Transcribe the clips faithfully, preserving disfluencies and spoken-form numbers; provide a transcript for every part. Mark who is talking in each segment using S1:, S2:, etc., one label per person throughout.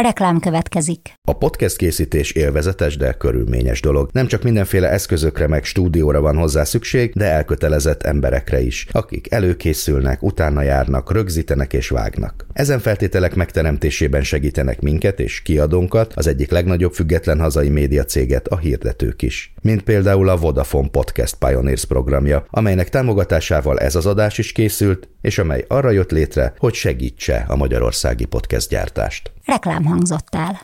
S1: Reklám következik.
S2: A podcast készítés élvezetes, de körülményes dolog. Nem csak mindenféle eszközökre meg stúdióra van hozzá szükség, de elkötelezett emberekre is, akik előkészülnek, utána járnak, rögzítenek és vágnak. Ezen feltételek megteremtésében segítenek minket és kiadónkat, az egyik legnagyobb független hazai médiacéget, a hirdetők is. Mint például a Vodafone Podcast Pioneers programja, amelynek támogatásával ez az adás is készült, és amely arra jött létre, hogy segítse a magyarországi podcast gyártást.
S1: Reklám hangzott el.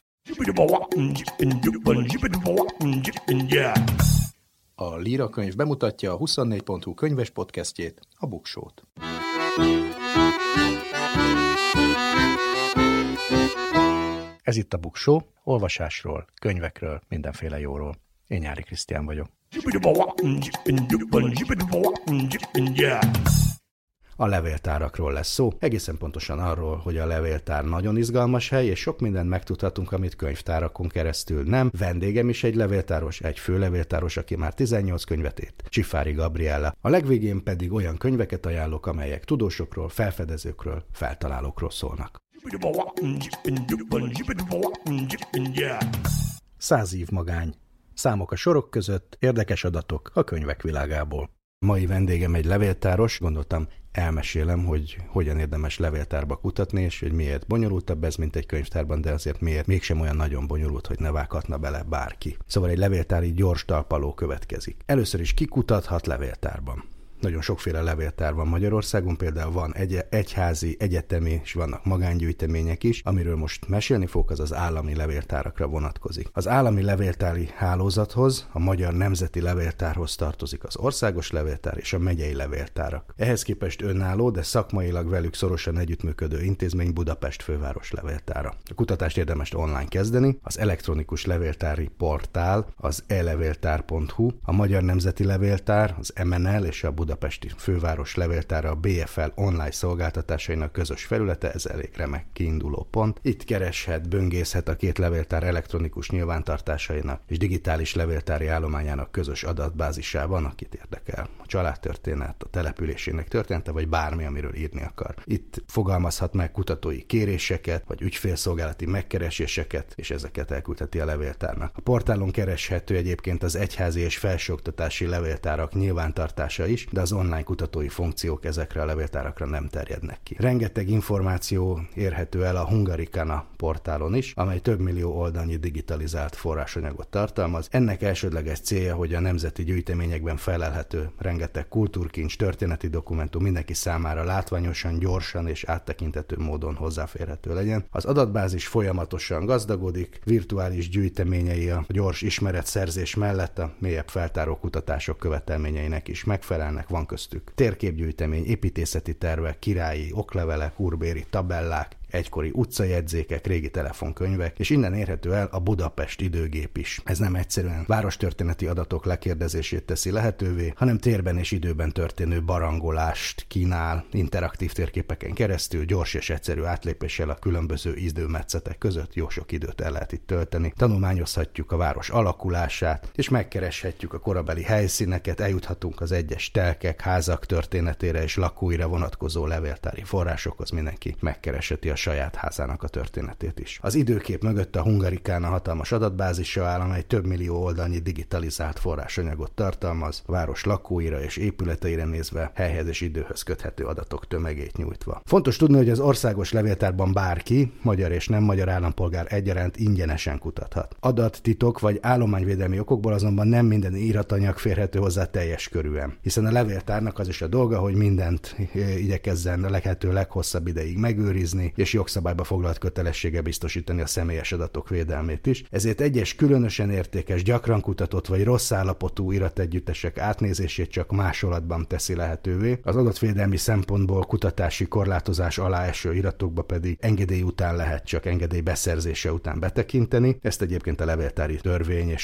S3: A Líra könyv bemutatja a huszonnégy pont hu könyves podcastjét, a Buksót. Ez itt a Buksó, olvasásról, könyvekről, mindenféle jóról. Én Nyári Krisztián vagyok. A levéltárakról lesz szó, egészen pontosan arról, hogy a levéltár nagyon izgalmas hely, és sok mindent megtudhatunk, amit könyvtárakon keresztül nem. Vendégem is egy levéltáros, egy főlevéltáros, aki már tizennyolc könyvet írt, Csifári Gabriella. A legvégén pedig olyan könyveket ajánlok, amelyek tudósokról, felfedezőkről, feltalálókról szólnak. Száz év magány. Számok a sorok között, érdekes adatok a könyvek világából. Mai vendégem egy levéltáros, gondoltam elmesélem, hogy hogyan érdemes levéltárba kutatni, és hogy miért bonyolultabb ez, mint egy könyvtárban, de azért miért mégsem olyan nagyon bonyolult, hogy ne vághatna bele bárki. Szóval egy levéltári gyors talpaló következik. Először is kikutathat levéltárban. Nagyon sokféle levéltár van Magyarországon, például van egy, egyházi, egyetemi, és vannak magángyűjtemények is. Amiről most mesélni fogok, az az állami levéltárakra vonatkozik. Az állami levéltári hálózathoz, a Magyar Nemzeti Levéltárhoz tartozik az országos levéltár és a megyei levéltárak. Ehhez képest önálló, de szakmailag velük szorosan együttműködő intézmény Budapest főváros levéltára. A kutatást érdemes online kezdeni, az elektronikus levéltári portál, az e levéltár pont hu, a Magyar Nemzeti Levéltár, az em en el és a Budapesti Főváros Levéltára a bé ef el online szolgáltatásainak közös felülete, ez elég remek kiinduló pont. Itt kereshet, böngészhet a két levéltár elektronikus nyilvántartásainak és digitális levéltári állományának közös adatbázisában, akit érdekel. A családtörténet, a településének története, vagy bármi, amiről írni akar. Itt fogalmazhat meg kutatói kéréseket, vagy ügyfélszolgálati megkereséseket, és ezeket elküldheti a levéltárnak. A portálon kereshető egyébként az egyházi és felsőoktatási levéltárak nyilvántartása is, de az online kutatói funkciók ezekre a levéltárakra nem terjednek ki. Rengeteg információ érhető el a Hungarikana portálon is, amely több millió oldalnyi digitalizált forrásanyagot tartalmaz. Ennek elsődleges célja, hogy a nemzeti gyűjteményekben felelhető rengeteg kultúrkincs, történeti dokumentum mindenki számára látványosan, gyorsan és áttekinthető módon hozzáférhető legyen. Az adatbázis folyamatosan gazdagodik, virtuális gyűjteményei a gyors ismeretszerzés mellett a mélyebb feltáró kutatások követelményeinek is megfelelnek, van köztük térképgyűjtemény, építészeti tervek, királyi oklevelek, urbéri tabellák, egykori utcajegyzékek, régi telefonkönyvek, és innen érhető el a Budapest időgép is. Ez nem egyszerűen várostörténeti adatok lekérdezését teszi lehetővé, hanem térben és időben történő barangolást kínál, interaktív térképeken keresztül, gyors és egyszerű átlépéssel a különböző időmetszetek között jó sok időt el lehet itt tölteni. Tanulmányozhatjuk a város alakulását, és megkereshetjük a korabeli helyszíneket, eljuthatunk az egyes telkek, házak történetére és lakóira vonatkozó levéltári forrásokhoz, mindenki megkeresheti a saját házának a történetét is. Az időkép mögött a Hungarikana hatalmas adatbázisa áll, amely több millió oldalnyi digitalizált forrásanyagot tartalmaz, a város lakóira és épületeire nézve helyhez és időhöz köthető adatok tömegét nyújtva. Fontos tudni, hogy az országos levéltárban bárki, magyar és nem magyar állampolgár egyaránt ingyenesen kutathat. Adattitok vagy állományvédelmi okokból azonban nem minden íratanyag férhető hozzá teljes körűen, hiszen a levéltárnak az is a dolga, hogy mindent igyekezzen a lehető leghosszabb ideig megőrizni, és jogszabályba foglalt kötelessége biztosítani a személyes adatok védelmét is. Ezért egyes különösen értékes, gyakran kutatott vagy rossz állapotú irategyüttesek átnézését csak másolatban teszi lehetővé. Az adatvédelmi szempontból kutatási korlátozás alá eső iratokba pedig engedély után lehet csak engedély beszerzése után betekinteni. Ezt egyébként a levéltári törvény és a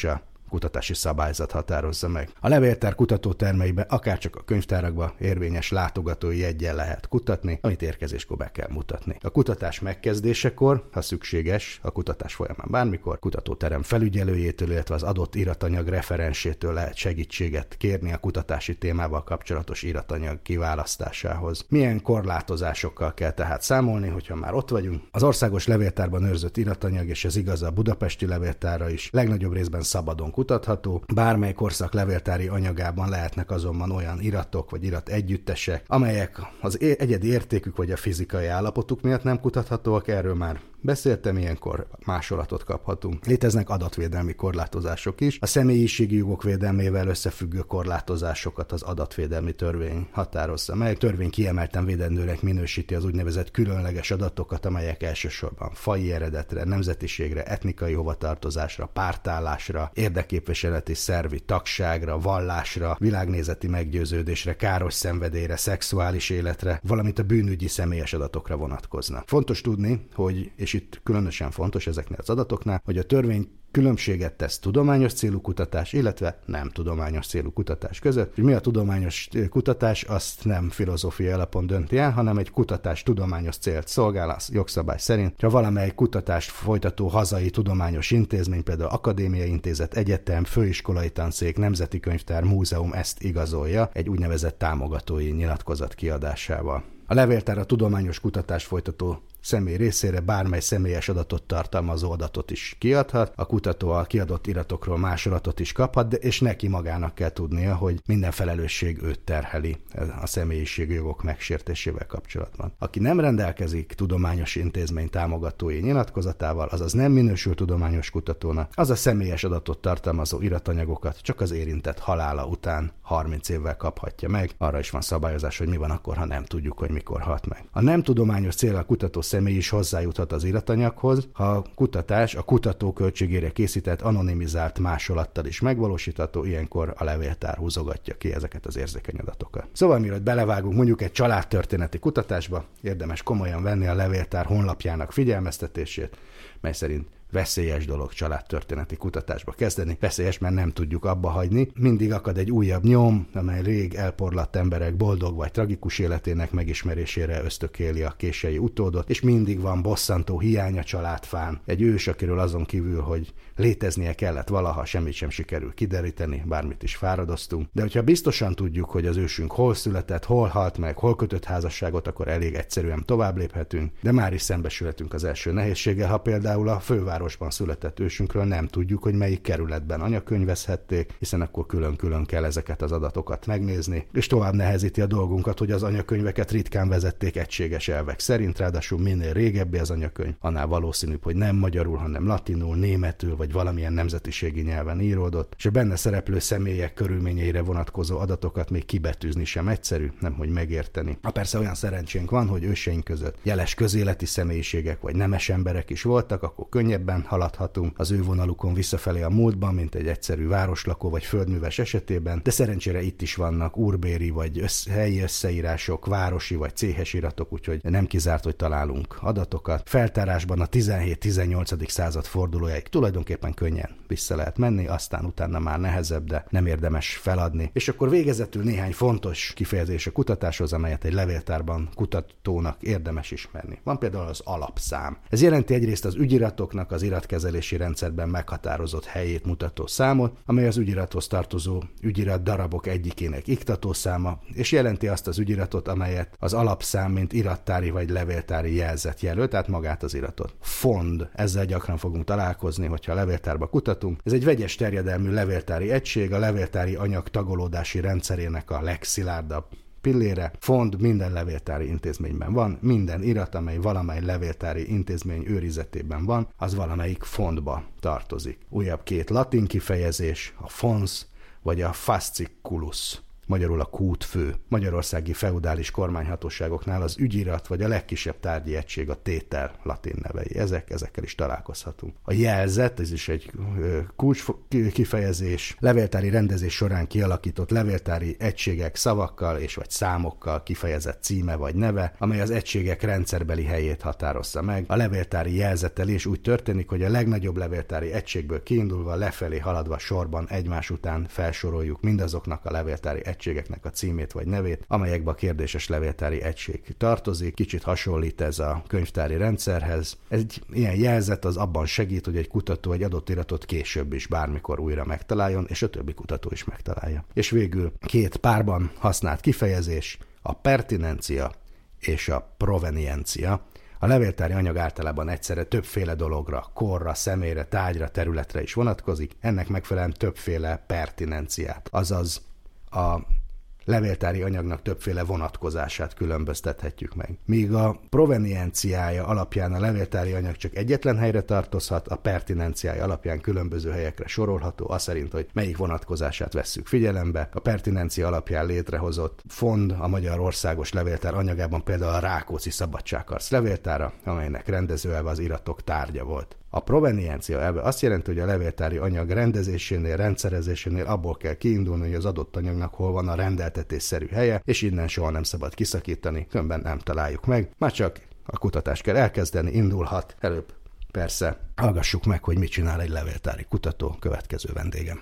S3: kutatási szabályzat határozza meg. A levéltár kutatótermeiben, akárcsak a könyvtárakban érvényes látogatói jeggyel lehet kutatni, amit érkezéskor be kell mutatni. A kutatás megkezdésekor, ha szükséges, a kutatás folyamán bármikor, kutatóterem felügyelőjétől, illetve az adott iratanyag referensétől lehet segítséget kérni a kutatási témával kapcsolatos iratanyag kiválasztásához. Milyen korlátozásokkal kell tehát számolni, hogyha már ott vagyunk? Az országos levéltárban őrzött iratanyag, és ez igaz a budapesti levéltárra is, legnagyobb részben szabadon kutatható. Bármely korszak levéltári anyagában lehetnek azonban olyan iratok vagy irat együttesek, amelyek az egyedi értékük vagy a fizikai állapotuk miatt nem kutathatóak, erről már beszéltem, ilyenkor másolatot kaphatunk. Léteznek adatvédelmi korlátozások is. A személyiségi jogok védelmével összefüggő korlátozásokat az adatvédelmi törvény határozza meg. A törvény kiemelten védendőnek minősíti az úgynevezett különleges adatokat, amelyek elsősorban faji eredetre, nemzetiségre, etnikai hovatartozásra, pártállásra, érdekképviseleti szervi tagságra, vallásra, világnézeti meggyőződésre, káros szenvedélyre, szexuális életre, valamint a bűnügyi személyes adatokra vonatkoznak. Fontos tudni, hogy, és itt különösen fontos ezeknél az adatoknál, hogy a törvény különbséget tesz tudományos célú kutatás, illetve nem tudományos célú kutatás között. Mi a tudományos kutatás, azt nem filozófiai alapon dönti el, hanem egy kutatás tudományos célt szolgál a jogszabály szerint. Ha valamely kutatást folytató hazai tudományos intézmény, például akadémiai intézet, egyetem, főiskolai tanszék, nemzeti könyvtár, múzeum ezt igazolja egy úgynevezett támogatói nyilatkozat kiadásával. A levéltár a tudományos kutatást folytató személy részére bármely személyes adatot tartalmazó adatot is kiadhat, a kutató a kiadott iratokról másolatot is kaphat, de és neki magának kell tudnia, hogy minden felelősség őt terheli a személyiségi jogok megsértésével kapcsolatban. Aki nem rendelkezik tudományos intézmény támogatói nyilatkozatával, azaz nem minősül tudományos kutatónak, az a személyes adatot tartalmazó iratanyagokat csak az érintett halála után harminc évvel kaphatja meg. Arra is van szabályozás, hogy mi van akkor, ha nem tudjuk, hogy mikor halt meg. A nem tudományos cél a kutató személy is hozzájuthat az iratanyaghoz, ha a kutatás a kutató költségére készített anonimizált másolattal is megvalósítható, ilyenkor a levéltár húzogatja ki ezeket az érzékeny adatokat. Szóval mielőtt belevágunk mondjuk egy családtörténeti kutatásba, érdemes komolyan venni a levéltár honlapjának figyelmeztetését, mely szerint veszélyes dolog családtörténeti kutatásba kezdeni. Veszélyes, mert nem tudjuk abba hagyni. Mindig akad egy újabb nyom, amely rég elporlatt emberek boldog vagy tragikus életének megismerésére ösztökéli a késői utódot, és mindig van bosszantó hiány a családfán. Egy ős, akiről azon kívül, hogy léteznie kellett valaha, semmit sem sikerül kideríteni, bármit is fáradoztunk. De hogyha biztosan tudjuk, hogy az ősünk hol született, hol halt meg, hol kötött házasságot, akkor elég egyszerűen tovább léphetünk, de már is szembesülhetünk az első nehézséggel, ha például a fővárosban született ősünkről nem tudjuk, hogy melyik kerületben anyakönyvezhették, hiszen akkor külön-külön kell ezeket az adatokat megnézni, és tovább nehezíti a dolgunkat, hogy az anyakönyveket ritkán vezették egységes elvek szerint, ráadásul minél régebbi az anyakönyv, annál valószínűbb, hogy nem magyarul, hanem latinul, németül vagy valamilyen nemzetiségi nyelven íródott, és a benne szereplő személyek körülményeire vonatkozó adatokat még kibetűzni sem egyszerű, nemhogy megérteni. Ha persze olyan szerencsénk van, hogy őseink között jeles közéleti személyiségek vagy nemes emberek is voltak, akkor könnyebben haladhatunk az ő vonalukon visszafelé a múltban, mint egy egyszerű városlakó vagy földműves esetében, de szerencsére itt is vannak úrbéri vagy össz, helyi összeírások, városi vagy céhes iratok, úgyhogy nem kizárt, hogy találunk adatokat. Feltárásban a tizenhét-tizennyolcadik század fordulójáig tulajdonképpen könnyen vissza lehet menni, aztán utána már nehezebb, de nem érdemes feladni. És akkor végezetül néhány fontos kifejezés a kutatáshoz, amelyet egy levéltárban kutatónak érdemes ismerni. Van például az alapszám. Ez jelenti egyrészt az ügyiratoknak az iratkezelési rendszerben meghatározott helyét mutató számot, amely az ügyirathoz tartozó ügyirat darabok egyikének iktatószáma, és jelenti azt az ügyiratot, amelyet az alapszám, mint irattári vagy levéltári jelzet jelöl, tehát magát az iratot. Fond, ezzel gyakran fogunk találkozni, hogyha a levéltárba kutatunk. Ez egy vegyes terjedelmű levéltári egység, a levéltári anyag tagolódási rendszerének a legszilárdabb pillére. Fond minden levéltári intézményben van, minden irat, amely valamely levéltári intézmény őrizetében van, az valamelyik fondba tartozik. Újabb két latin kifejezés, a fons vagy a fasciculus. magyarul a kútfő. Magyarországi feudális kormányhatóságoknál az ügyirat vagy a legkisebb tárgyi egység a tétel latin nevei. Ezek, ezekkel is találkozhatunk. A jelzet, ez is egy kulcs kifejezés, levéltári rendezés során kialakított levéltári egységek szavakkal és vagy számokkal kifejezett címe vagy neve, amely az egységek rendszerbeli helyét határozza meg. A levéltári jelzetelés úgy történik, hogy a legnagyobb levéltári egységből kiindulva lefelé haladva sorban egymás után felsoroljuk mindazoknak a levéltári egységeknek a címét vagy nevét, amelyekbe a kérdéses levéltári egység tartozik. Kicsit hasonlít ez a könyvtári rendszerhez. Egy ilyen jelzet az abban segít, hogy egy kutató egy adott iratot később is bármikor újra megtaláljon, és a többi kutató is megtalálja. És végül két párban használt kifejezés, a pertinencia és a proveniencia. A levéltári anyag általában egyszerre többféle dologra, korra, személyre, tárgyra, területre is vonatkozik, ennek megfelelően többféle pertinenciát, azaz a levéltári anyagnak többféle vonatkozását különböztethetjük meg. Míg a provenienciája alapján a levéltári anyag csak egyetlen helyre tartozhat, a pertinenciája alapján különböző helyekre sorolható, az szerint, hogy melyik vonatkozását vesszük figyelembe. A pertinencia alapján létrehozott fond a Magyar Országos Levéltár anyagában például a Rákóczi Szabadságharc levéltára, amelynek rendezőelve az iratok tárgya volt. A proveniencia elve azt jelenti, hogy a levéltári anyag rendezésénél, rendszerezésénél abból kell kiindulni, hogy az adott anyagnak hol van a rendeltetésszerű helye, és innen soha nem szabad kiszakítani, különben nem találjuk meg. Már csak a kutatást kell elkezdeni, indulhat. Előbb persze hallgassuk meg, hogy mit csinál egy levéltári kutató, következő vendégem.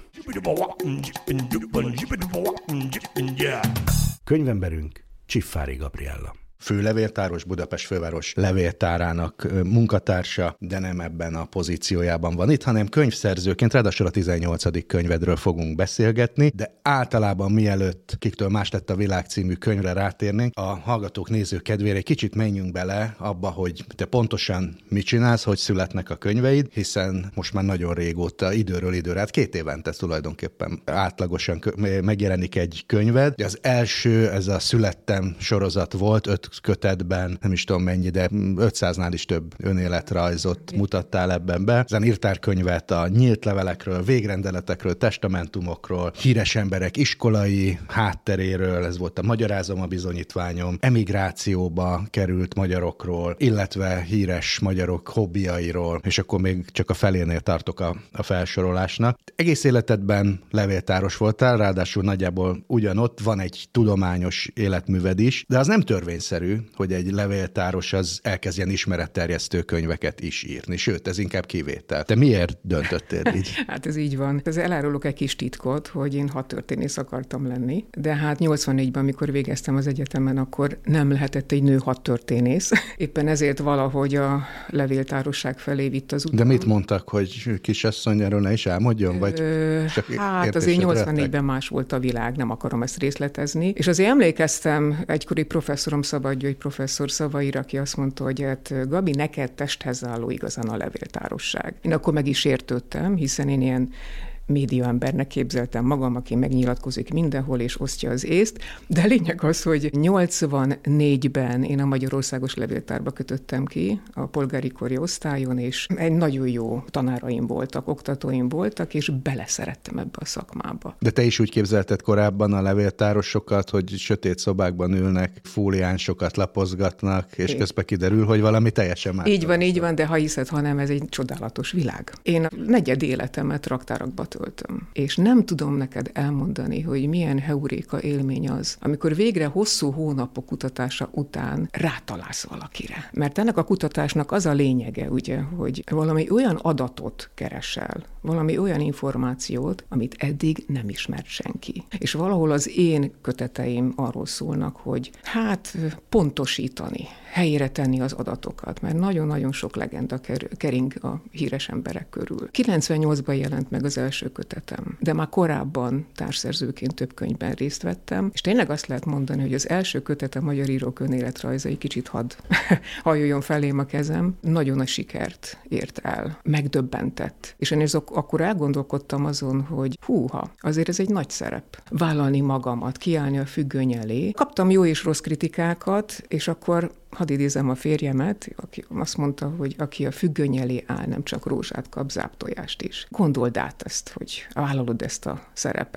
S3: Könyvemberünk Csiffári Gabriella. Főlevéltáros, Budapest főváros levéltárának munkatársa, de nem ebben a pozíciójában van itt, hanem könyvszerzőként, ráadásul a tizennyolcadik könyvedről fogunk beszélgetni, de általában mielőtt Kiktől más lett a világ című könyvre rátérnénk, a hallgatók, nézők kedvére egy kicsit menjünk bele abba, hogy te pontosan mit csinálsz, hogy születnek a könyveid, hiszen most már nagyon régóta, időről időre, hát két évente tulajdonképpen átlagosan megjelenik egy könyved. Az első, ez a Születtem sorozat volt, öt kötetben, nem is tudom mennyi, de ötszáznál is több önéletrajzot mutattál ebben be. Ezen írtál könyvet a nyílt levelekről, végrendeletekről, testamentumokról, híres emberek iskolai hátteréről, ez volt a Magyarázom a bizonyítványom, emigrációba került magyarokról, illetve híres magyarok hobbiairól, és akkor még csak a felénél tartok a, a felsorolásnak. Egész életedben levéltáros voltál, ráadásul nagyjából ugyanott van egy tudományos életműved is, de az nem törvényszerű, hogy egy levéltáros az elkezdjen ismeretterjesztő könyveket is írni, sőt, ez inkább kivétel. Te miért döntöttél így?
S4: Hát ez így van. Ez elárulok egy kis titkot, hogy én hadtörténész akartam lenni, de hát nyolcvannégyben, amikor végeztem az egyetemen, akkor nem lehetett egy nő hadtörténész. Éppen ezért valahogy a levéltárosság felé vitt az utam.
S3: De mit mondtak, hogy kisasszony, erről ne is álmodjon? Vagy
S4: Ö, hát azért nyolcvannégyben más volt a világ, nem akarom ezt részletezni. És azért emlékeztem egykori professzorom Szabadgyörgy professzor szavaira, aki azt mondta, hogy hát Gabi, neked testhez álló igazán a levéltárosság. Én akkor meg is értődtem, hiszen én ilyen médiaembernek képzeltem magam, aki megnyilatkozik mindenhol és osztja az észt, de lényeg az, hogy nyolcvannégyben én a Magyarországos Levéltárba kötöttem ki a polgári kori osztályon, és egy nagyon jó tanáraim voltak, oktatóim voltak, és beleszerettem ebbe a szakmába.
S3: De te is úgy képzelted korábban a levéltárosokat, hogy sötét szobákban ülnek, fóliánsokat lapozgatnak, és közben kiderül, hogy valami teljesen más.
S4: Így van, így van, de ha hiszed, ha nem, ez egy csodálatos világ. Én a negyed életemet raktárakba töltöm. És nem tudom neked elmondani, hogy milyen heuréka élmény az, amikor végre hosszú hónapok kutatása után rátalálsz valakire. Mert ennek a kutatásnak az a lényege, ugye, hogy valami olyan adatot keresel, valami olyan információt, amit eddig nem ismert senki. És valahol az én köteteim arról szólnak, hogy hát pontosítani, helyére tenni az adatokat, mert nagyon-nagyon sok legenda kering a híres emberek körül. kilencvennyolcban jelent meg az első kötetem, de már korábban társszerzőként több könyvben részt vettem, és tényleg azt lehet mondani, hogy az első kötet, a Magyar Írók önéletrajzai, kicsit hadd hajoljon felém a kezem, nagyon nagy sikert ért el, megdöbbentett. És én azok, akkor elgondolkodtam azon, hogy húha, azért ez egy nagy szerep. Vállalni magamat, kiállni a függöny elé. Kaptam jó és rossz kritikákat, és akkor hadd idézem a férjemet, aki azt mondta, hogy aki a függöny elé áll, nem csak rózsát kap, záptojást is. Gondold át ezt, hogy vállalod ezt a szerepet.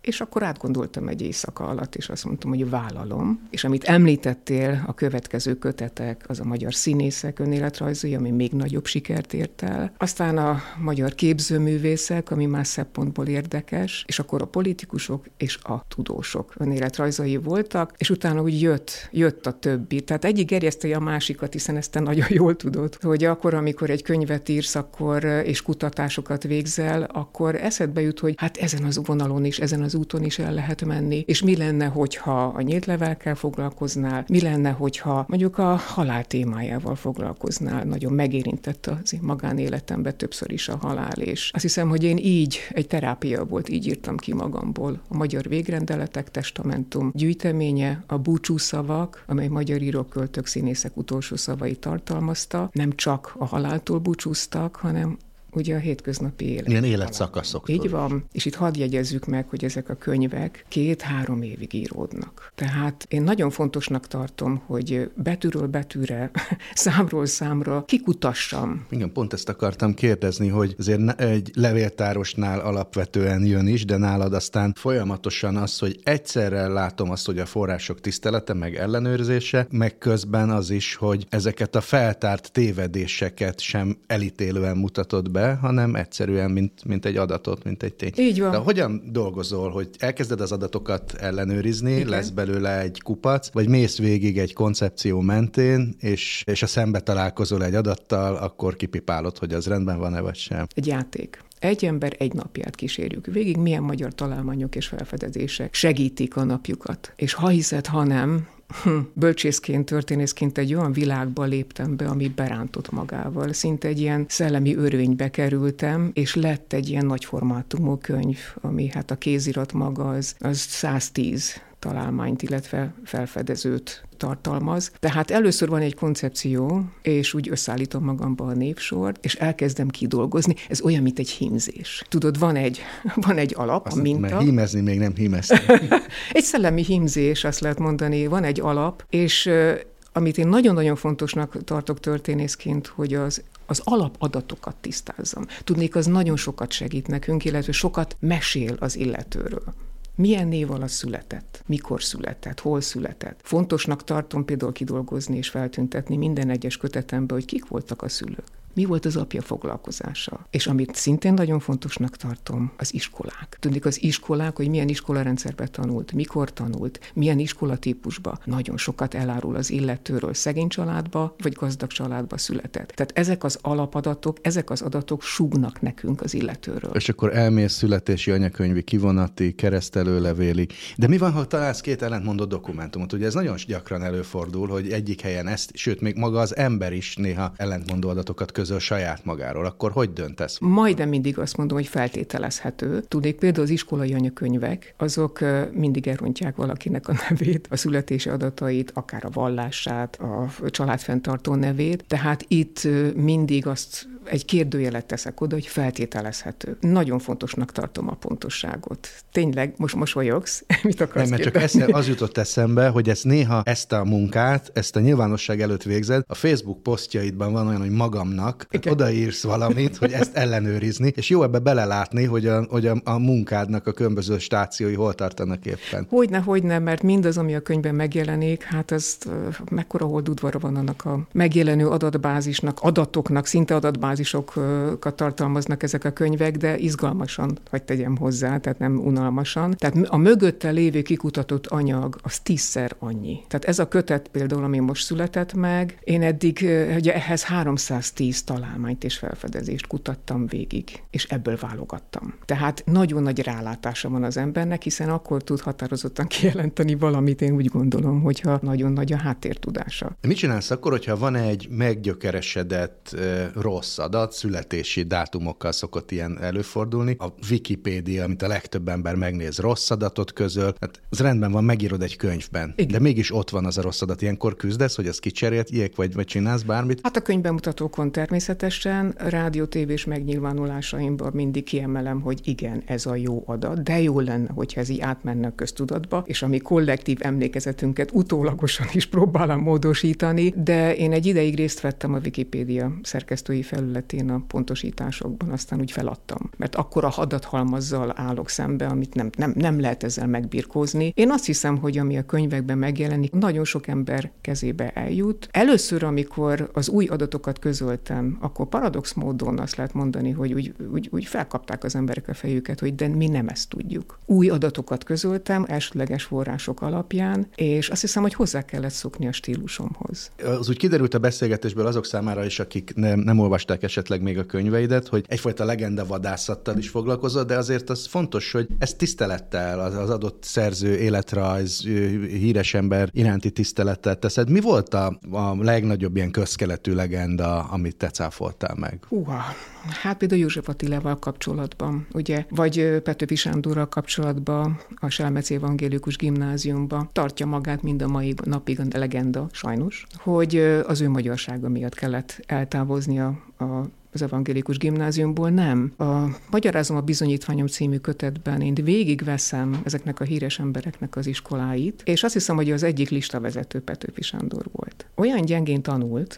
S4: És akkor átgondoltam egy éjszaka alatt, és azt mondtam, hogy vállalom. És amit említettél, a következő kötetek, az a magyar színészek önéletrajzai, ami még nagyobb sikert ért el. Aztán a magyar képzőművészek, ami más szempontból érdekes, és akkor a politikusok és a tudósok önéletrajzai voltak, és utána úgy jött, jött a többi. Tehát egyik gerjesztője a másikat, hiszen ezt te nagyon jól tudod, hogy akkor, amikor egy könyvet írsz, akkor, és kutatásokat végzel, akkor eszedbe jut, hogy hát ezen az vonalon is, ezen az úton is el lehet menni, és mi lenne, hogyha a nyílt levelkel foglalkoznál, mi lenne, hogyha mondjuk a halál témájával foglalkoznál. Nagyon megérintett az én magánéletemben többször is a halál, és azt hiszem, hogy én így, egy terápia volt, így írtam ki magamból. A magyar végrendeletek testamentum gyűjteménye, a búcsúszavak, amely magyar írók, költők, színészek utolsó szavait tartalmazta, nem csak a haláltól búcsúztak, hanem ugye a hétköznapi élet.
S3: Ilyen életszakaszoktól.
S4: Így van, és itt hadd jegyezzük meg, hogy ezek a könyvek két-három évig íródnak. Tehát én nagyon fontosnak tartom, hogy betűről betűre, számról számra kikutassam.
S3: Igen, pont ezt akartam kérdezni, hogy azért egy levéltárosnál alapvetően jön is, de nálad aztán folyamatosan az, hogy egyszerre látom azt, hogy a források tisztelete, meg ellenőrzése, meg közben az is, hogy ezeket a feltárt tévedéseket sem elítélően mutatod be, hanem egyszerűen, mint, mint egy adatot, mint egy tény.
S4: Így van.
S3: De hogyan dolgozol, hogy elkezded az adatokat ellenőrizni, igen, lesz belőle egy kupac, vagy mész végig egy koncepció mentén, és, és ha szembe találkozol egy adattal, akkor kipipálod, hogy az rendben van-e vagy sem?
S4: Egy játék. Egy ember egy napját kísérjük végig, milyen magyar találmányok és felfedezések segítik a napjukat. És ha hiszed, ha nem, bölcsészként, történészként egy olyan világba léptem be, ami berántott magával. Szinte egy ilyen szellemi örvénybe kerültem, és lett egy ilyen nagyformátumú könyv, ami hát a kézirat maga az, az száztíz találmányt, illetve felfedezőt tartalmaz. Tehát először van egy koncepció, és úgy összeállítom magamba a névsort, és elkezdem kidolgozni. Ez olyan, mint egy hímzés. Tudod, van egy, van egy alap,
S3: azt
S4: a minta.
S3: Mert hímezni még nem hímeztem.
S4: Egy szellemi hímzés, azt lehet mondani, van egy alap, és amit én nagyon-nagyon fontosnak tartok történészként, hogy az az alapadatokat tisztázzam. Tudnék, az nagyon sokat segít nekünk, illetve sokat mesél az illetőről. Milyen név alatt született, mikor született, hol született. Fontosnak tartom például kidolgozni és feltüntetni minden egyes kötetemben, hogy kik voltak a szülők. Mi volt az apja foglalkozása? És amit szintén nagyon fontosnak tartom, az iskolák. Tudnék, az iskolák, hogy milyen iskolarendszerben tanult, mikor tanult, milyen iskolatípusba. Nagyon sokat elárul az illetőről, szegény családba vagy gazdag családba született. Tehát ezek az alapadatok, ezek az adatok súgnak nekünk az illetőről.
S3: És akkor elmész születési anyakönyvi, kivonati, keresztelőlevéli. De mi van, ha találsz két ellentmondó dokumentumot? Ugye ez nagyon gyakran előfordul, hogy egyik helyen ezt, sőt, még maga az ember is néha ellentmondó adatokat közöl saját magáról, akkor hogy döntesz?
S4: Majdnem mindig azt mondom, hogy feltételezhető. Tudnék, például az iskolai anyakönyvek, azok mindig elrontják valakinek a nevét, a születési adatait, akár a vallását, a családfenntartó nevét, tehát itt mindig azt egy kérdőjelet teszek oda, hogy feltételezhető. Nagyon fontosnak tartom a pontosságot. Tényleg, most mosolyogsz? Mit akarsz
S3: Nem, mert csak
S4: kérdezni?
S3: esze, az jutott eszembe, hogy ezt néha, ezt a munkát, ezt a nyilvánosság előtt végzed, a Facebook posztjaidban van olyan, hogy magamnak, odaírsz valamit, hogy ezt ellenőrizni, és jó ebbe belelátni, hogy a, hogy a, a munkádnak a különböző stációi hol tartanak éppen.
S4: Hogyne, hogyne, mert mindaz, ami a könyvben megjelenik, hát ez mekkora holdudvara van annak a megjelenő adatbázisnak, adatoknak, szinte adatbázisokat tartalmaznak ezek a könyvek, de izgalmasan, hogy tegyem hozzá, tehát nem unalmasan. Tehát a mögötte lévő kikutatott anyag, az tízszer annyi. Tehát ez a kötet például, ami most született meg, én eddig ugye ehhez háromszáztíz találmányt és felfedezést kutattam végig, és ebből válogattam. Tehát nagyon nagy rálátása van az embernek, hiszen akkor tud határozottan kijelenteni valamit, én úgy gondolom, hogyha nagyon nagy a háttértudása.
S3: Mit csinálsz akkor, hogyha van egy meggyökeresedett rossz adat, születési dátumokkal szokott ilyen előfordulni, a Wikipédia, amit a legtöbb ember megnéz, rossz adatot közöl, hát az rendben van, megírod egy könyvben, igen, de mégis ott van az a rossz adat. Ilyenkor küzdesz, hogy ez kicseréljék, vagy, vagy csinálsz bármit?
S4: Hát a könyvbemutatókon természetesen, rádió, tévés megnyilvánulásaimban mindig kiemelem, hogy igen, ez a jó adat, de jó lenne, hogyha ez így átmenne a köztudatba, és a mi kollektív emlékezetünket utólagosan is próbálom módosítani, de én egy ideig részt vettem a Wikipédia szerkesztői felületén területén a pontosításokban aztán úgy feladtam. Mert akkora adathalmazzal állok szembe, amit nem, nem, nem lehet ezzel megbirkózni. Én azt hiszem, hogy ami a könyvekben megjelenik, nagyon sok ember kezébe eljut. Először, amikor az új adatokat közöltem, akkor paradox módon azt lehet mondani, hogy úgy, úgy, úgy felkapták az emberek a fejüket, hogy de mi nem ezt tudjuk. Új adatokat közöltem, elsődleges források alapján, és azt hiszem, hogy hozzá kellett szokni a stílusomhoz.
S3: Az úgy kiderült a beszélgetésből azok számára is, akik nem, nem olvasták esetleg még a könyveidet, hogy egyfajta legendavadászattal is foglalkozol, de azért az fontos, hogy ezt tisztelettel, az, az adott szerző, életrajz, híres ember iránti tisztelettel teszed. Mi volt a, a legnagyobb ilyen közkeletű legenda, amit te cáfoltál meg?
S4: Uha, hát például József Attilával kapcsolatban, ugye, vagy Petőfi Sándorral kapcsolatban a Selmeci Evangélikus Gimnáziumban tartja magát mind a mai napig a legenda, sajnos, hogy az ő magyarsága miatt kellett eltávoznia a az evangélikus gimnáziumból, nem. A Magyarázom a bizonyítványom című kötetben én végigveszem ezeknek a híres embereknek az iskoláit, és azt hiszem, hogy az egyik listavezető Petőfi Sándor volt. Olyan gyengén tanult,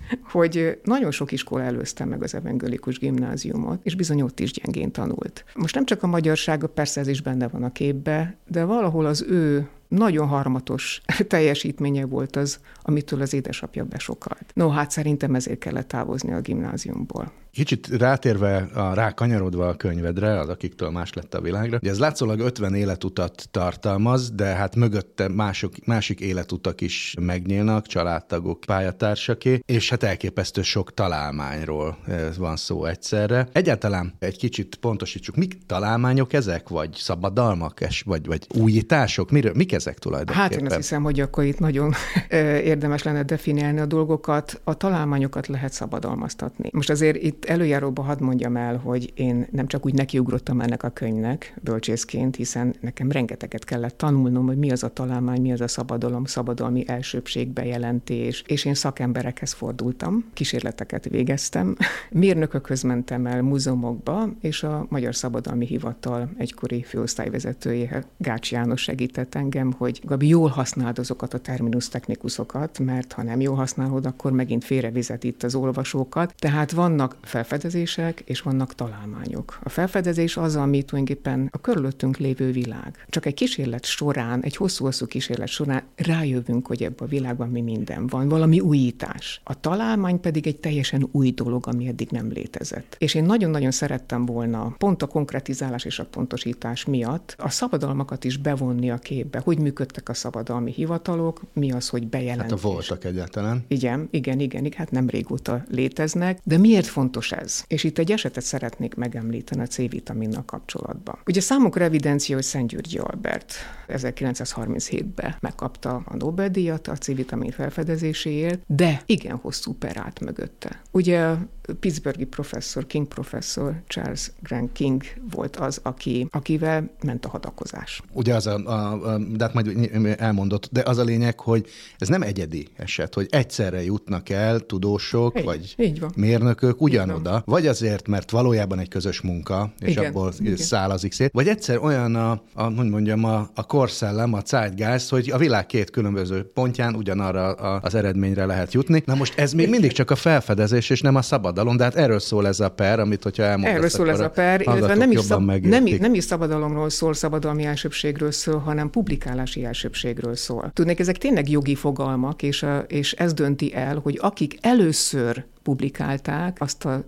S4: hogy nagyon sok iskola előzte meg az evangélikus gimnáziumot, és bizony ott is gyengén tanult. Most nem csak a magyarsága, persze ez is benne van a képbe, de valahol az ő nagyon harmatos teljesítménye volt az, amitől az édesapja besokalt. No, hát szerintem ezért kellett távozni a gimnáziumból.
S3: Kicsit rátérve, a, rákanyarodva a könyvedre, az Akiktől más lett a világra, ugye ez látszólag ötven életutat tartalmaz, de hát mögötte mások, másik életutak is megnyílnak, családtagok, pályatársaké, és hát elképesztő sok találmányról van szó egyszerre. Egyáltalán egy kicsit pontosítsuk, mik találmányok ezek, vagy szabadalmak, vagy, vagy újítások? Miről, mik ezek tulajdonképpen?
S4: Hát én azt hiszem, hogy akkor itt nagyon érdemes lenne definiálni a dolgokat. A találmányokat lehet szabadalmaztatni. Most azért itt előjáróban hadd mondjam el, hogy én nem csak úgy nekiugrottam ennek a könyvnek bölcsészként, hiszen nekem rengeteget kellett tanulnom, hogy mi az a találmány, mi az a szabadalom, szabadalmi elsőbség bejelentés, és én szakemberekhez fordultam, kísérleteket végeztem, mérnökökhöz mentem el múzeumokba, és a Magyar Szabadalmi Hivatal egykori főosztályvezetője, Gács János segített engem, hogy Gabi, jól használd azokat a terminus technikusokat, mert ha nem jól használod, akkor megint félrevizet itt az olvasókat. Tehát vannak felfedezések, és vannak találmányok. A felfedezés az, ami tulajdonképpen a körülöttünk lévő világ. Csak egy kísérlet során, egy hosszú-hosszú kísérlet során rájövünk, hogy ebben a világban mi minden van, valami újítás. A találmány pedig egy teljesen új dolog, ami eddig nem létezett. És én nagyon-nagyon szerettem volna pont a konkretizálás és a pontosítás miatt a szabadalmakat is bevonni a képbe, hogy működtek a szabadalmi hivatalok, mi az, hogy bejelentés.
S3: Hát a voltak egyáltalán.
S4: Igen, igen, igen, igen, hát nem régóta léteznek, de miért fontos ez? És itt egy esetet szeretnék megemlíteni a C-vitaminnal kapcsolatban. Ugye számunkra evidencia, hogy Szent-Györgyi Albert ezerkilencszázharminchétben megkapta a Nobel-díjat a C-vitamin felfedezéséért, de igen hosszú per állt mögötte. Ugye Pittsburghi professzor, King professzor, Charles Grant King volt az, aki, akivel ment a hadakozás.
S3: Ugye az a, a, a, de hát majd elmondott, de az a lényeg, hogy ez nem egyedi eset, hogy egyszerre jutnak el tudósok, így, vagy így mérnökök ugyanoda, vagy azért, mert valójában egy közös munka, és igen, abból igen. szálazik szét, vagy egyszer olyan a, a hogy mondjam, a, a korszellem, a zeitgeist, hogy a világ két különböző pontján ugyanarra a, az eredményre lehet jutni. Na most ez még mindig csak a felfedezés, és nem a szabadalom, de hát erről szól ez a per, amit hogyha elmondasz,
S4: erről szól ez a per, illetve nem is, szab, nem, nem is szabadalomról szól, szabadalmi elsőbbségről szól, hanem publikálási elsőbbségről szól. Tudnék, ezek tényleg jogi fogalmak, és, a, és ez dönti el, hogy akik először publikálták azt a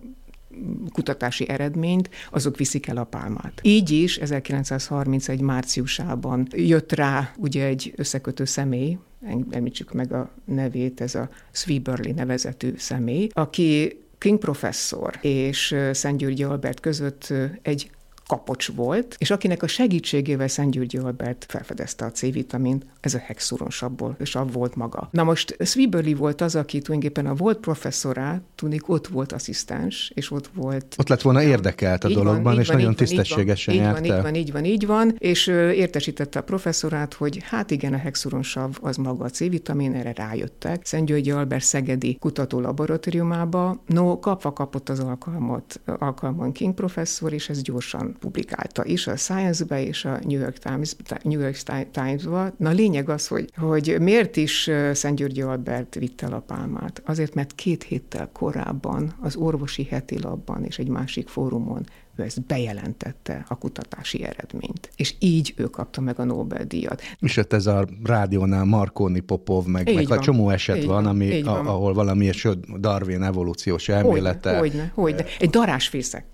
S4: kutatási eredményt, azok viszik el a pálmát. Így is ezerkilencszázharmincegy márciusában jött rá ugye egy összekötő személy, említsük meg a nevét, ez a Sweberly nevezetű személy, aki King professzor és Szent-Györgyi Albert között egy kapocs volt, és akinek a segítségével Szent-Györgyi Albert felfedezte a C-vitamint, ez a hexuronsabból, és a volt maga. Na most Sweberly volt az, aki tulajdonképpen a volt professzorát, tudnik, ott volt asszisztens, és ott volt...
S3: Ott lett volna érdekelt a dologban, van, és van, nagyon tisztességesen járt el.
S4: Így van, így van, így van, és értesítette a professzorát, hogy hát igen, a hexuronsav az maga a C-vitamin, erre rájöttek. Szent-Györgyi Albert szegedi kutató laboratóriumába, no, kapva kapott az alkalmat, alkalman King professzor, és ez gyorsan publikálta is a Science-be és a New York Times, New York Times-ba. Na, a lényeg az, hogy, hogy miért is Szent-Györgyi Albert vitte el a pálmát? Azért, mert két héttel korábban az Orvosi Heti Lapban és egy másik fórumon ő ezt bejelentette, a kutatási eredményt. És így ő kapta meg a Nobel-díjat.
S3: És ott ez a rádiónál Marconi, Popov, meg, meg a csomó eset van, van, ami, a, van, ahol valami Darwin evolúciós elmélete.
S4: Hogyne, hogyne, hogyne. Egy darásfészek.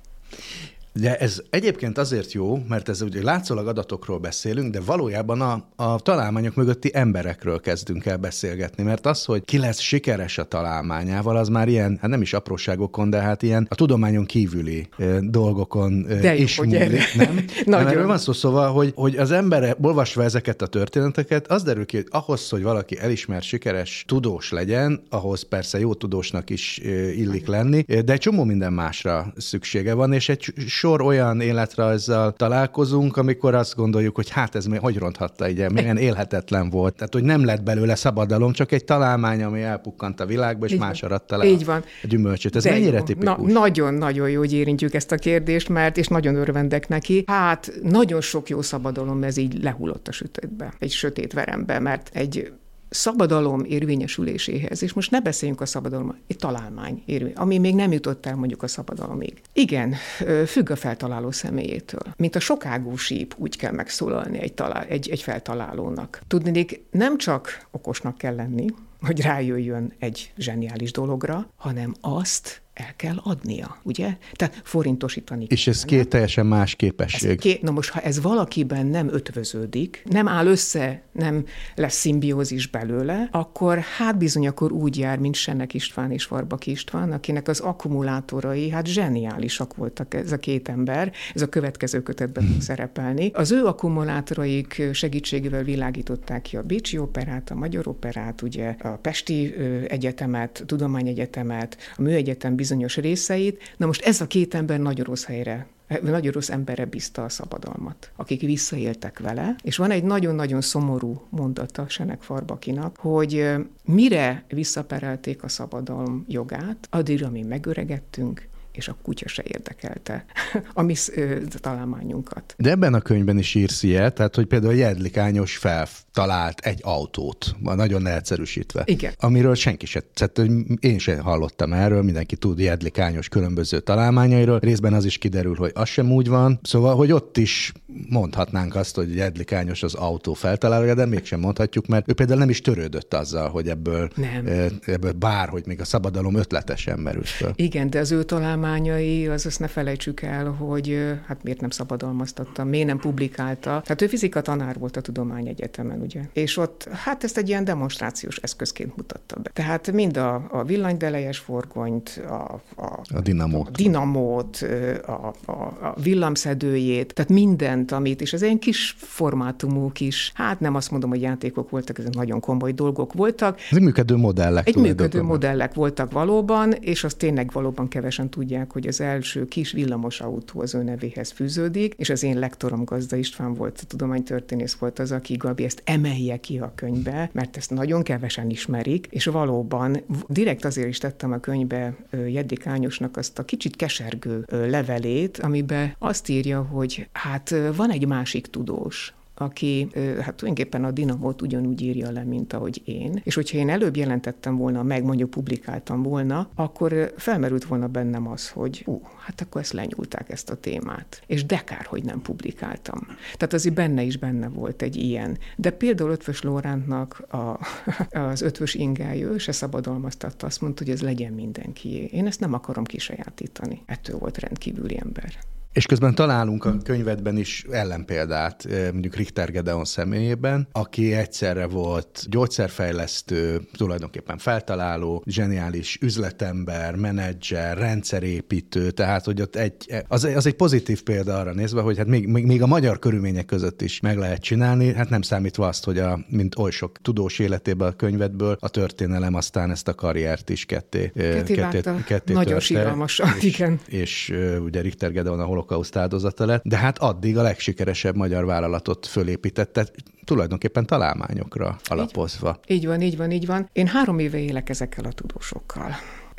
S3: De ez egyébként azért jó, mert ez ugye látszólag adatokról beszélünk, de valójában a, a találmányok mögötti emberekről kezdünk el beszélgetni, mert az, hogy ki lesz sikeres a találmányával, az már ilyen, hát nem is apróságokon, de hát ilyen a tudományon kívüli e, dolgokon e, is múlik, nem? nem? Erről van szó, szóval, hogy, hogy az ember olvasva ezeket a történeteket, az derül ki, hogy ahhoz, hogy valaki elismert, sikeres tudós legyen, ahhoz persze jó tudósnak is e, illik lenni, de egy csomó minden másra szüksége van, és egy sor olyan életrajzzal találkozunk, amikor azt gondoljuk, hogy hát ez hogy ronthatta így el, milyen élhetetlen volt. Tehát, hogy nem lett belőle szabadalom, csak egy találmány, ami elpukkant a világba, és így más aratta le a, a gyümölcsöt. Ez de mennyire jó. Tipikus?
S4: Na, nagyon-nagyon jó, hogy érintjük ezt a kérdést, mert és nagyon örvendek neki. Hát nagyon sok jó szabadalom, ez így lehullott a sötétbe, egy sötét verembe, mert egy szabadalom érvényesüléséhez, és most ne beszéljünk a szabadalomról, egy találmány érvény, ami még nem jutott el mondjuk a szabadalomig. Igen, függ a feltaláló személyétől. Mint a sokágú síp, úgy kell megszólalni egy, talál, egy, egy feltalálónak. Tudnék, nem csak okosnak kell lenni, hogy rájöjjön egy zseniális dologra, hanem azt el kell adnia, ugye? Tehát forintosítani kell.
S3: És ez két teljesen más képesség.
S4: Ké... Na most, ha ez valakiben nem ötvöződik, nem áll össze, nem lesz szimbiózis belőle, akkor hát bizony akkor úgy jár, mint Sennek István és Varbaki István, akinek az akkumulátorai hát zseniálisak voltak ez a két ember, ez a következő kötetben fog szerepelni. Az ő akkumulátoraik segítségével világították ki a Bécsi Operát, a Magyar Operát, ugye a Pesti Egyetemet, Tudományegyetemet, a Műegyetem bizonyos részeit. Na most ez a két ember nagyon rossz helyre, nagyon rossz emberre bízta a szabadalmat, akik visszaéltek vele, és van egy nagyon-nagyon szomorú mondata Sennek Varbakinak, hogy mire visszaperelték a szabadalom jogát, addigra mi megöregettünk, és a kutya se érdekelte a mi találmányunkat.
S3: De ebben a könyvben is írsz ilyet, tehát, hogy például Jedlik Ányos feltalált egy autót, nagyon leegyszerűsítve.
S4: Igen.
S3: Amiről senki se, tehát én sem hallottam erről, mindenki tud Jedlik Ányos különböző találmányairól, részben az is kiderül, hogy az sem úgy van, szóval, hogy ott is mondhatnánk azt, hogy Jedlik Ányos az autó feltalálója, de mégsem mondhatjuk, mert ő például nem is törődött azzal, hogy ebből, ebből bárhogy még a szabadalom ötletesen merült föl.
S4: Igen, de az ő találmányai, az azt ne felejtsük el, hogy hát miért nem szabadalmaztatta, miért nem publikálta. Hát ő fizika tanár volt a Tudományegyetemen, ugye? És ott hát ezt egy ilyen demonstrációs eszközként mutatta be. Tehát mind a, a villanydelejes forgonyt, a, a,
S3: a dinamót,
S4: a, dinamót a, a, a villamszedőjét, tehát mindent, amit, és ez egy kis formátumú kis, hát nem azt mondom, hogy játékok voltak, ezek nagyon komoly dolgok voltak.
S3: Ezek működő modellek.
S4: Egy működő modellek voltak valóban, és az tényleg valóban kevesen tudják, hogy az első kis villamos autó az ő nevéhez fűződik, és az én lektorom Gazda István volt, a tudománytörténész volt az, aki Gabi ezt emelje ki a könyvbe, mert ezt nagyon kevesen ismerik, és valóban direkt azért is tettem a könyvbe Jedlik Ányosnak azt a kicsit kesergő levelét, amiben azt írja, hogy hát van egy másik tudós, aki hát tulajdonképpen a dinamót ugyanúgy írja le, mint ahogy én. És hogyha én előbb jelentettem volna meg, mondjuk publikáltam volna, akkor felmerült volna bennem az, hogy ú, hát akkor ezt lenyúlták, ezt a témát. És de kár, hogy nem publikáltam. Tehát azért benne is benne volt egy ilyen. De például Ötvös Lórántnak a, az Ötvös ingája, ő se szabadalmaztatta, azt mondta, hogy ez legyen mindenkié. Én ezt nem akarom kisajátítani. Ettől volt rendkívüli ember.
S3: És közben találunk a könyvedben is ellenpéldát, mondjuk Richter Gedeon személyében, aki egyszerre volt gyógyszerfejlesztő, tulajdonképpen feltaláló, zseniális üzletember, menedzser, rendszerépítő, tehát hogy ott egy, az, az egy pozitív példa arra nézve, hogy hát még, még, még a magyar körülmények között is meg lehet csinálni, hát nem számítva azt, hogy a, mint oly sok tudós életében a könyvedből, a történelem aztán ezt a karriert is ketté,
S4: ketté, ketté, ketté nagyon síralmasan, igen.
S3: És, és ugye Richter Gedeon a holokauszt áldozata lett, de hát addig a legsikeresebb magyar vállalatot fölépítette, tulajdonképpen találmányokra alapozva.
S4: Így van, így van, így van. Én három éve élek ezekkel a tudósokkal.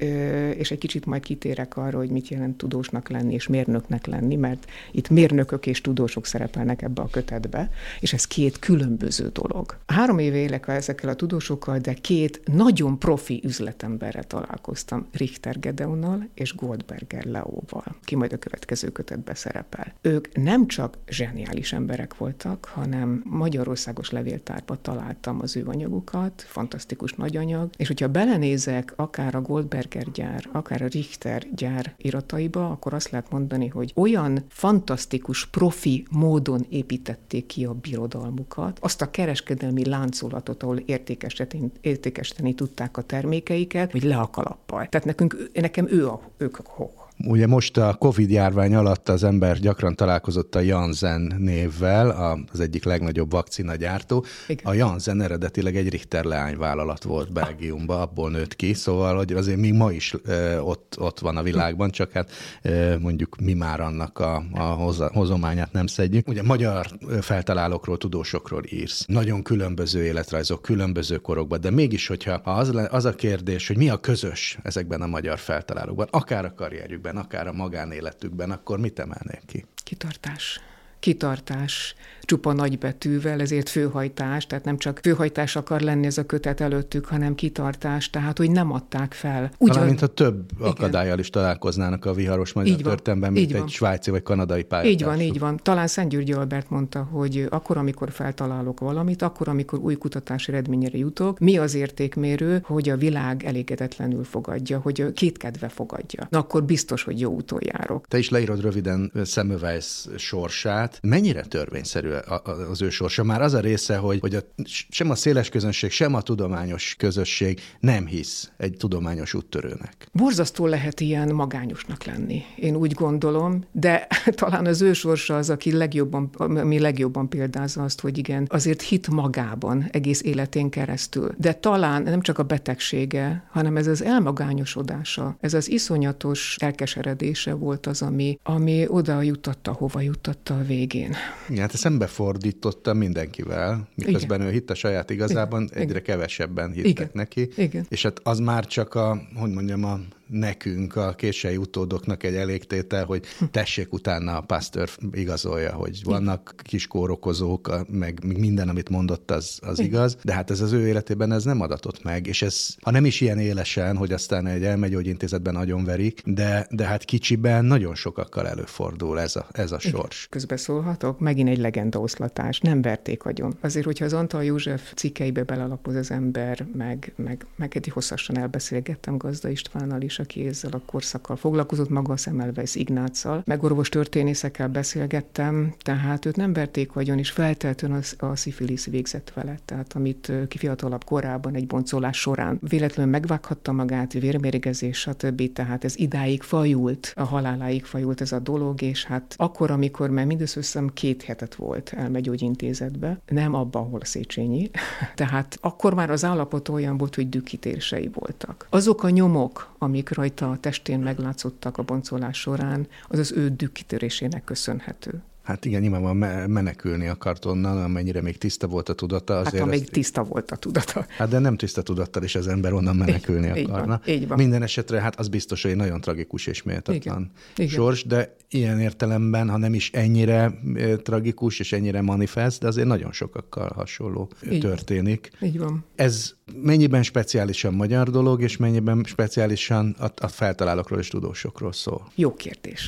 S4: és egy kicsit majd kitérek arra, hogy mit jelent tudósnak lenni és mérnöknek lenni, mert itt mérnökök és tudósok szerepelnek ebbe a kötetbe, és ez két különböző dolog. Három éve élek ezekkel a tudósokkal, de két nagyon profi üzletemberrel találkoztam, Richter Gedeonnal és Goldberger Leóval, ki majd a következő kötetbe szerepel. Ők nem csak zseniális emberek voltak, hanem Magyarországos Levéltárba találtam az ő anyagukat, fantasztikus nagy anyag, és hogyha belenézek akár a Goldberger gyár, akár a Richter gyár irataiba, akkor azt lehet mondani, hogy olyan fantasztikus, profi módon építették ki a birodalmukat, azt a kereskedelmi láncolatot, ahol értékesíteni, értékesíteni tudták a termékeiket, hogy le a kalappal. Tehát nekünk, nekem ő a, ők a hok.
S3: Ugye most a Covid-járvány alatt az ember gyakran találkozott a Janssen névvel, az egyik legnagyobb vakcinagyártó. Igen. A Janssen eredetileg egy Richter leányvállalat volt Belgiumban, abból nőtt ki, szóval hogy azért még ma is e, ott, ott van a világban, csak hát e, mondjuk mi már annak a, a hoza, hozományát nem szedjük. Ugye magyar feltalálókról, tudósokról írsz. Nagyon különböző életrajzok, különböző korokban, de mégis, hogyha az, az a kérdés, hogy mi a közös ezekben a magyar feltalálókban, akár a karrierjükben, akár a magánéletükben, akkor mit emelnék ki?
S4: Kitartás. Kitartás, csupa nagybetűvel, ezért főhajtás, tehát nem csak főhajtás akar lenni ez a kötet előttük, hanem kitartás, tehát hogy nem adták fel.
S3: Ugyan... Talán, mintha több akadályjal is találkoznának a viharos magyar történelemben, mint egy svájci vagy kanadai pályatársuk.
S4: Így van, így van. Talán Szentgyörgyi Albert mondta, hogy akkor, amikor feltalálok valamit, akkor, amikor új kutatási eredményre jutok, mi az értékmérő, hogy a világ elégedetlenül fogadja, hogy kétkedve fogadja. Na akkor biztos, hogy jó úton járok.
S3: Te is leírod röviden Semmelweis sorsát. Mennyire törvényszerű az ő sorsa? Már az a része, hogy, hogy a, sem a széles közönség, sem a tudományos közösség nem hisz egy tudományos úttörőnek.
S4: Borzasztó lehet ilyen magányosnak lenni, én úgy gondolom, de talán az ő sorsa az, aki legjobban, ami legjobban példázza azt, hogy igen, azért hit magában egész életén keresztül. De talán nem csak a betegsége, hanem ez az elmagányosodása, ez az iszonyatos elkeseredése volt az, ami, ami oda juttatta, hova juttatta a végén.
S3: Igen, hát szembefordította mindenkivel, miközben igen. ő hitt a saját igazában, igen. egyre
S4: igen.
S3: kevesebben hittek igen. neki.
S4: Igen.
S3: És hát az már csak a, hogy mondjam, a nekünk, a késői utódoknak egy elégtétel, hogy tessék utána a Pasteur igazolja, hogy vannak kis kórokozók, meg minden, amit mondott, az, az igaz, de hát ez az ő életében ez nem adatott meg, és ez, ha nem is ilyen élesen, hogy aztán egy elmegyógyintézetben agyonverik, de, de hát kicsiben nagyon sokakkal előfordul ez a, ez a sors.
S4: Közbeszólhatok? Megint egy legendaoszlatás, nem verték agyon. Azért, hogyha az Antal József cikkeibe belalapoz az ember, meg, meg, meg egy hosszasan elbeszélgettem Gazda Istvánnal is, aki ezzel a korszakkal foglalkozott, maga a Semmelweis Ignáccal, meg orvostörténészekkel beszélgettem, tehát őt nem verték agyon, és feltétlenül a, a szifilisz végzett vele, tehát amit kifiatalabb korában egy boncolás során véletlenül megvághatta magát, vérmérgezés, stb. Tehát ez idáig fajult, a haláláig fajult ez a dolog, és hát akkor, amikor már mindössze összem két hetet volt elmegyógyintézetbe, nem abban, ahol a Széchenyi, tehát akkor már az állapot olyan volt, hogy dükkitései voltak. Azok a nyomok, amik rajta a testén meglátszottak a boncolás során, az az ő dükkítérésének köszönhető.
S3: Hát igen, nyilvánvalóan menekülni akart onnan, amennyire még tiszta volt a tudata.
S4: Azért hát amíg ezt... tiszta volt a tudata.
S3: Hát de nem tiszta tudattal is az ember onnan menekülni így, akarna.
S4: Így van, így van.
S3: Minden esetre hát az biztos, hogy egy nagyon tragikus és méltatlan igen, sors, de ilyen értelemben, ha nem is ennyire tragikus és ennyire manifest, de azért nagyon sokakkal hasonló így történik.
S4: Így van.
S3: Ez mennyiben speciálisan magyar dolog, és mennyiben speciálisan a, a feltalálókról és tudósokról szól?
S4: Jó kérdés.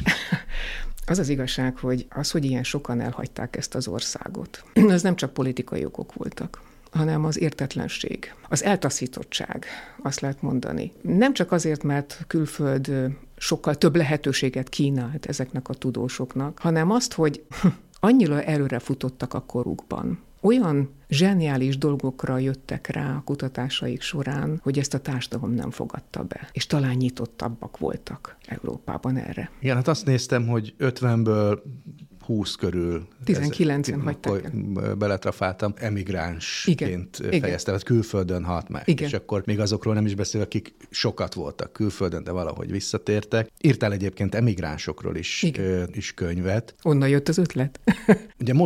S4: Az az igazság, hogy az, hogy ilyen sokan elhagyták ezt az országot, az nem csak politikai okok voltak, hanem az értetlenség, az eltaszítottság, azt lehet mondani. Nem csak azért, mert külföld sokkal több lehetőséget kínált ezeknek a tudósoknak, hanem azt, hogy annyira előre futottak a korukban. Olyan zseniális dolgokra jöttek rá a kutatásaik során, hogy ezt a társadalom nem fogadta be. És talán nyitottabbak voltak Európában erre.
S3: Igen, hát azt néztem, hogy ötvenből húsz körül
S4: tizenkilencen hagyták
S3: el. Beletrafáltam, emigránsként fejezte, tehát külföldön halt meg.
S4: Igen.
S3: És akkor még azokról nem is beszél, akik sokat voltak külföldön, de valahogy visszatértek. Írtál egyébként emigránsokról is, ö, is könyvet.
S4: Onnan jött az ötlet.
S3: Ugye most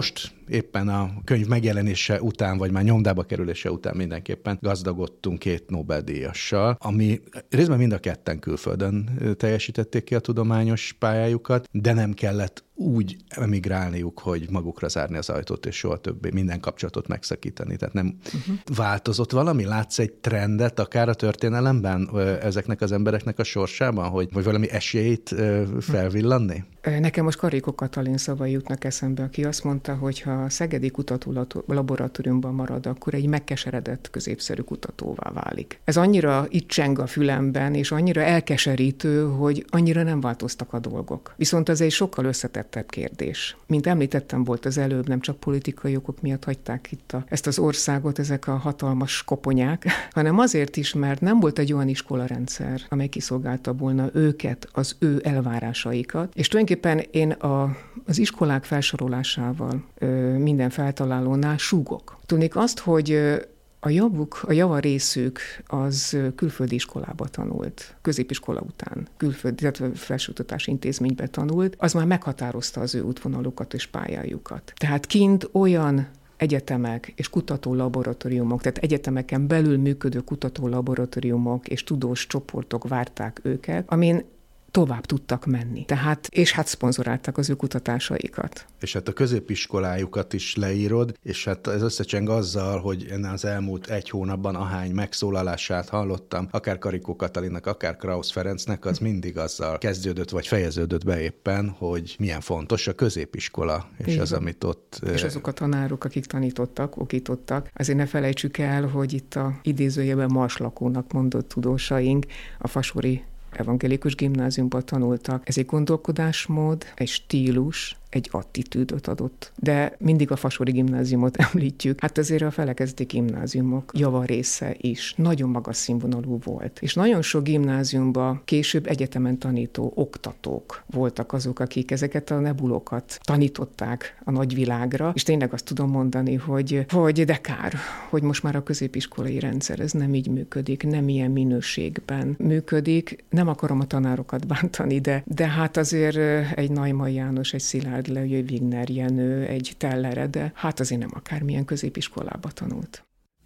S3: éppen a könyv megjelenése után, vagy már nyomdába kerülése után mindenképpen gazdagodtunk két Nobel-díjassal, ami részben mind a ketten külföldön teljesítették ki a tudományos pályájukat, de nem kellett úgy emigrálniuk, hogy magukra zárni az ajtót, és soha többé minden kapcsolatot megszakítani. Tehát nem uh-huh. változott valami? Látsz egy trendet akár a történelemben ezeknek az embereknek a sorsában, hogy vagy valami esélyt felvillanni?
S4: Nekem most Karikó Katalin szavai jutnak eszembe, aki azt mondta, hogy ha a Szegedi Kutató Laboratóriumban marad, akkor egy megkeseredett, középszerű kutatóvá válik. Ez annyira itt cseng a fülemben, és annyira elkeserítő, hogy annyira nem változtak a dolgok. Viszont ez egy sokkal összetettebb kérdés. Mint említettem, volt az előbb, nem csak politikai okok miatt hagyták itt a, ezt az országot, ezek a hatalmas koponyák, hanem azért is, mert nem volt egy olyan iskolarendszer, amely kiszolgálta volna őket, az ő elvárásaikat, és tulajdonképpen én a, az iskolák felsorolásával ö, minden feltalálónál súgok. Tudnék azt, hogy ö, a javuk, a java részük az külföldi iskolába tanult, középiskola után, külföldi, illetve felsőoktatási intézménybe tanult, az már meghatározta az ő útvonalukat és pályájukat. Tehát kint olyan egyetemek és kutatólaboratóriumok, tehát egyetemeken belül működő kutatólaboratóriumok és tudós csoportok várták őket, amin tovább tudtak menni. Tehát, és hát szponzorálták az ő kutatásaikat.
S3: És hát a középiskolájukat is leírod, és hát ez összecseng azzal, hogy ennek az elmúlt egy hónapban ahány megszólalását hallottam, akár Karikó Katalinnak, akár Krausz Ferencnek, az mindig azzal kezdődött, vagy fejeződött be éppen, hogy milyen fontos a középiskola, és igen, az, amit ott...
S4: És azok a tanárok, akik tanítottak, okítottak, azért ne felejtsük el, hogy itt a idézőjében marslakónak mondott tudósaink a fasori evangélikus gimnáziumban tanultak. Ez egy gondolkodásmód, egy stílus, egy attitűdöt adott. De mindig a fasori gimnáziumot említjük. Hát azért a felekezeti gimnáziumok java része is nagyon magas színvonalú volt. És nagyon sok gimnáziumban később egyetemen tanító oktatók voltak azok, akik ezeket a nebulokat tanították a nagyvilágra, és tényleg azt tudom mondani, hogy, hogy de kár, hogy most már a középiskolai rendszer ez nem így működik, nem ilyen minőségben működik. Nem akarom a tanárokat bántani, de, de hát azért egy Naimai János, egy Szilárd Leó, egy Wigner Jenő, egy Tellere, de hát azért nem akármilyen középiskolába tanult.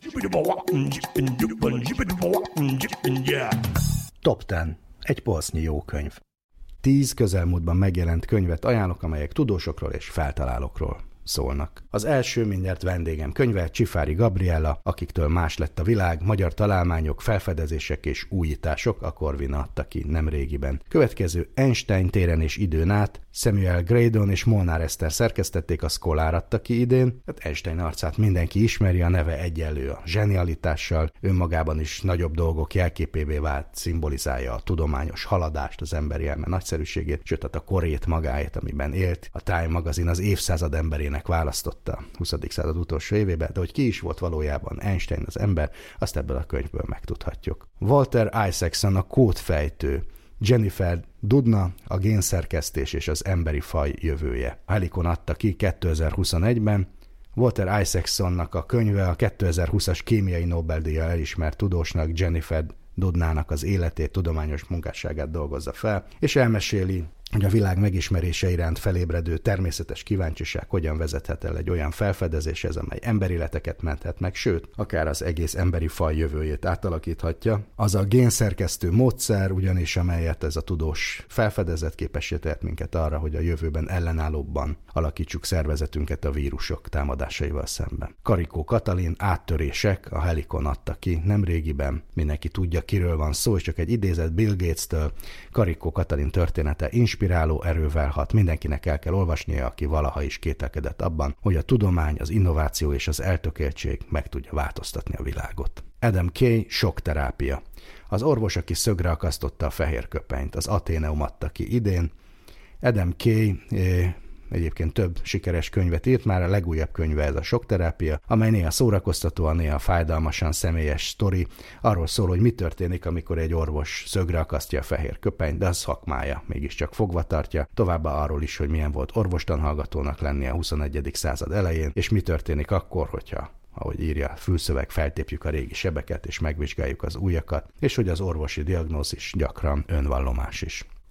S3: Top tíz. Egy polsznyi jó könyv. Tíz közelmúltban megjelent könyvet ajánlok, amelyek tudósokról és feltalálókról szólnak. Az első mindjárt vendégem könyve Csifári Gabriella, Akiktől más lett a világ, magyar találmányok, felfedezések és újítások, a Corvina adta ki nemrégiben. Következő Einstein téren és időn át, Samuel Graydon és Molnár Eszter szerkesztették, a Scholar adta ki idén. Hát Einstein arcát mindenki ismeri, a neve egyenlő a zsenialitással, önmagában is nagyobb dolgok jelképévé vált, szimbolizálja a tudományos haladást, az emberi elme nagyszerűségét, sőt a korét magáét, amiben élt. A Time magazin az évszázad emberének választotta a huszadik század utolsó évében, de hogy ki is volt valójában Einstein az ember, azt ebből a könyvből megtudhatjuk. Walter Isaacson a Kódfejtő, Jennifer Doudna, a génszerkesztés és az emberi faj jövője. A Helicon adta ki kétezer-huszonegyben. Walter Isaacsonnak a könyve a kétezer-húszas kémiai Nobel-díjjal elismert tudósnak, Jennifer Doudnának az életét, tudományos munkásságát dolgozza fel, és elmeséli, hogy a világ megismerése iránt felébredő természetes kíváncsiság hogyan vezethet el egy olyan felfedezéshez, amely emberéleteket menthet meg, sőt, akár az egész emberi faj jövőjét átalakíthatja. Az a génszerkesztő módszer, ugyanis amelyet ez a tudós felfedezett, képessé tehet minket arra, hogy a jövőben ellenállóbban alakítsuk szervezetünket a vírusok támadásaival szemben. Karikó Katalin, Áttörések, a Helicon adta ki nemrégiben. Mindenki tudja, kiről van szó, és csak egy idézet Bill Gates-től. Karikó Katalin története inspiráló erővel hat, mindenkinek el kell olvasnia, aki valaha is kételkedett abban, hogy a tudomány, az innováció és az eltökéltség meg tudja változtatni a világot. Adam Kay, Sokterápia. Az orvos, aki szögre akasztotta a fehér köpenyt, az Atheneum adta ki idén. Adam Kay eh, egyébként több sikeres könyvet írt, már a legújabb könyve ez a Sokterápia, amely néha szórakoztatóan, néha fájdalmasan személyes sztori, arról szól, hogy mi történik, amikor egy orvos szögre akasztja a fehér köpenyt, de az szakmája, mégiscsak fogva tartja, továbbá arról is, hogy milyen volt orvostanhallgatónak lenni a huszonegyedik század elején, és mi történik akkor, hogyha, ahogy írja a fülszöveg, feltépjük a régi sebeket, és megvizsgáljuk az újakat, és hogy az orvosi diagnózis gyakran önvallomás is.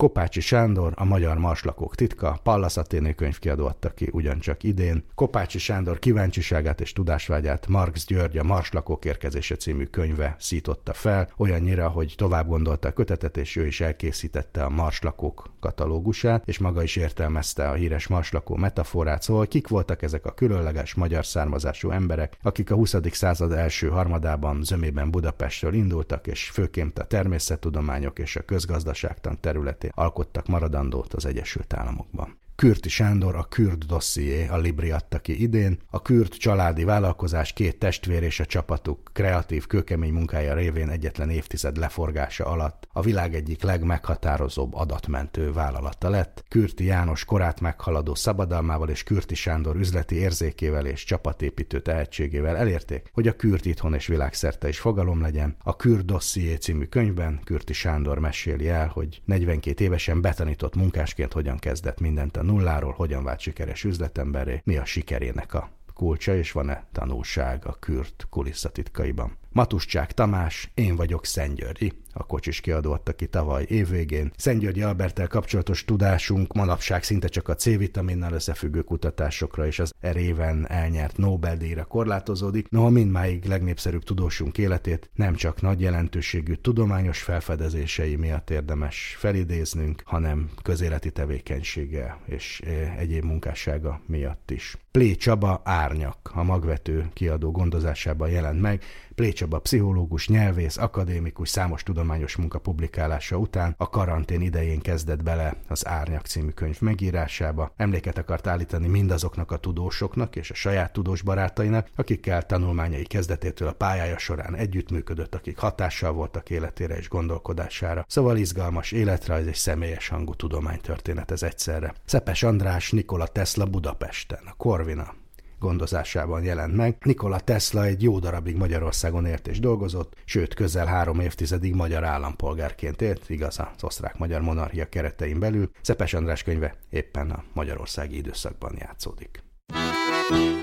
S3: Kopácsi Sándor, A magyar marslakók titka, Pallas Athéné könyvkiadó adta ki ugyancsak idén. Kopácsi Sándor kíváncsiságát és tudásvágyát Marx György A marslakók érkezése című könyve szította fel, olyannyira, hogy tovább gondolta a kötetet, és ő is elkészítette a marslakók katalógusát, és maga is értelmezte a híres marslakó metaforát, szóval kik voltak ezek a különleges magyar származású emberek, akik a huszadik század első harmadában zömében Budapestről indultak, és főként a természettudományok és a közgazdaságtan területén alkottak maradandót az Egyesült Államokban. Kürti Sándor, A Kürd dosszié, a Libri adta ki idén. A Kürd családi vállalkozás két testvér és a csapatuk kreatív, kőkemény munkája révén egyetlen évtized leforgása alatt a világ egyik legmeghatározóbb adatmentő vállalata lett. Kürti János korát meghaladó szabadalmával és Kürti Sándor üzleti érzékével és csapatépítő tehetségével elérték, hogy a Kürd itthon és világszerte is fogalom legyen. A Kürd dosszié című könyvben Kürti Sándor meséli el, hogy negyvenkét évesen betanított munkásként hogyan kezdett mindent a nulláról, hogyan vált sikeres üzletemberré, mi a sikerének a kulcsa, és van-e tanulság a Kürd kulisszatitkaiban. Matuszcsák Tamás, Én vagyok Szentgyörgyi, a Kocsis kiadó adta ki tavaly évvégén. Szentgyörgyi Alberttel kapcsolatos tudásunk manapság szinte csak a C-vitaminnal összefüggő kutatásokra és az eréven elnyert Nobel-díjra korlátozódik, noha mindmáig legnépszerűbb tudósunk életét nem csak nagy jelentőségű tudományos felfedezései miatt érdemes felidéznünk, hanem közéleti tevékenysége és egyéb munkássága miatt is. Plé Csaba, Árnyak, a Magvető kiadó gondozásában jelent meg. Plé Csaba pszichológus, nyelvész, akadémikus, számos tudományos munka publikálása után a karantén idején kezdett bele az Árnyak című könyv megírásába. Emléket akart állítani mindazoknak a tudósoknak és a saját tudós barátainak, akikkel tanulmányai kezdetétől a pályája során együttműködött, akik hatással voltak életére és gondolkodására. Szóval izgalmas életrajz és személyes hangú tudománytörténet ez egyszerre. Szepes András, Nikola Tesla Budapesten, a Corvina gondozásában jelent meg. Nikola Tesla egy jó darabig Magyarországon élt és dolgozott, sőt közel három évtizedig magyar állampolgárként élt, igaz az osztrák-magyar monarchia keretein belül. Szepes András könyve éppen a magyarországi időszakban játszódik.